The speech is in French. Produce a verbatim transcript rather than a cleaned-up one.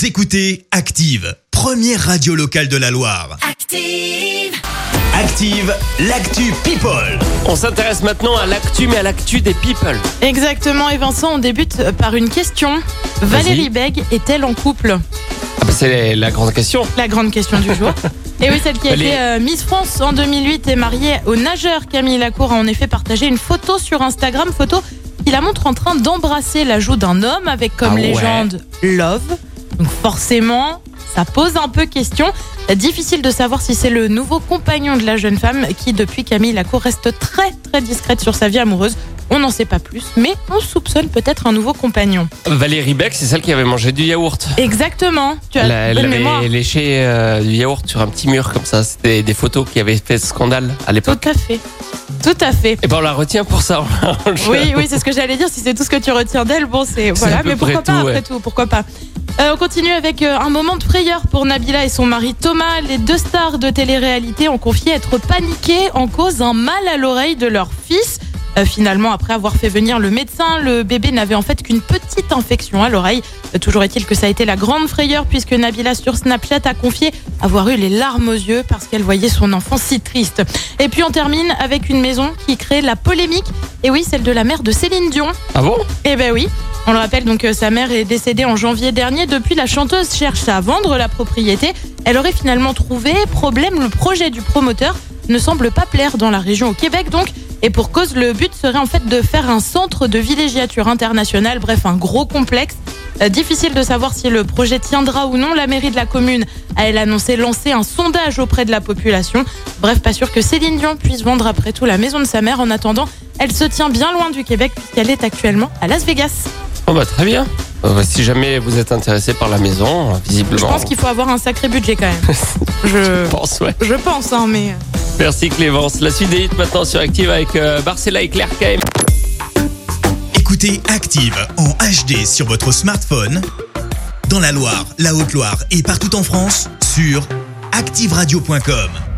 Vous écoutez Active, première radio locale de la Loire. Active. Active, l'actu People. On s'intéresse maintenant à l'actu, mais à l'actu des people. Exactement, et Vincent, on débute par une question. Valérie Bègue est-elle en couple ? Ah bah c'est la grande question. La grande question du jour. Et oui, celle qui a Allez. été euh, Miss France en deux mille huit et mariée au nageur Camille Lacour a en effet partagé une photo sur Instagram, photo qui la montre en train d'embrasser la joue d'un homme avec comme Ah ouais. légende Love. Donc forcément, ça pose un peu question. Difficile de savoir si c'est le nouveau compagnon de la jeune femme qui, depuis Camille Lacour, reste très très discrète sur sa vie amoureuse. On n'en sait pas plus, mais on soupçonne peut-être un nouveau compagnon. Valérie Bègue, c'est celle qui avait mangé du yaourt. Exactement. Tu as Elle, elle bonne avait mémoire. léché euh, du yaourt sur un petit mur comme ça. C'était des photos qui avaient fait scandale à l'époque. Tout à fait. Tout à fait. Et ben on la retient pour ça. Oui, oui, c'est ce que j'allais dire. Si c'est tout ce que tu retiens d'elle, bon, c'est C'est voilà. à peu Mais pourquoi près pas tout, après ouais. tout, pourquoi pas. Euh, on continue avec euh, un moment de frayeur pour Nabila et son mari Thomas. Les deux stars de télé-réalité ont confié être paniquées en cause d'un mal à l'oreille de leur fils. Euh, finalement, après avoir fait venir le médecin, le bébé n'avait en fait qu'une petite infection à l'oreille. Euh, toujours est-il que ça a été la grande frayeur puisque Nabila sur Snapchat a confié avoir eu les larmes aux yeux parce qu'elle voyait son enfant si triste. Et puis on termine avec une maison qui crée la polémique. Et oui, celle de la mère de Céline Dion. Ah bon? Eh ben oui, on le rappelle donc, sa mère est décédée en janvier dernier. Depuis, la chanteuse cherche à vendre la propriété. Elle aurait finalement trouvé problème, le projet du promoteur ne semble pas plaire dans la région au Québec donc. Et pour cause, le but serait en fait de faire un centre de villégiature internationale, bref un gros complexe. Euh, difficile de savoir si le projet tiendra ou non. La mairie de la commune a elle annoncé lancer un sondage auprès de la population. Bref, pas sûr que Céline Dion puisse vendre après tout la maison de sa mère. En attendant, elle se tient bien loin du Québec puisqu'elle est actuellement à Las Vegas. Oh bah très bien. Euh, si jamais vous êtes intéressé par la maison, euh, visiblement. Je pense qu'il faut avoir un sacré budget quand même. Je, Je pense, ouais. je pense, hein, mais... Merci Clémence. La suite des hits maintenant sur Active avec euh, Barcella et Claire K M. Écoutez Active en H D sur votre smartphone, dans la Loire, la Haute-Loire et partout en France, sur active radio point com.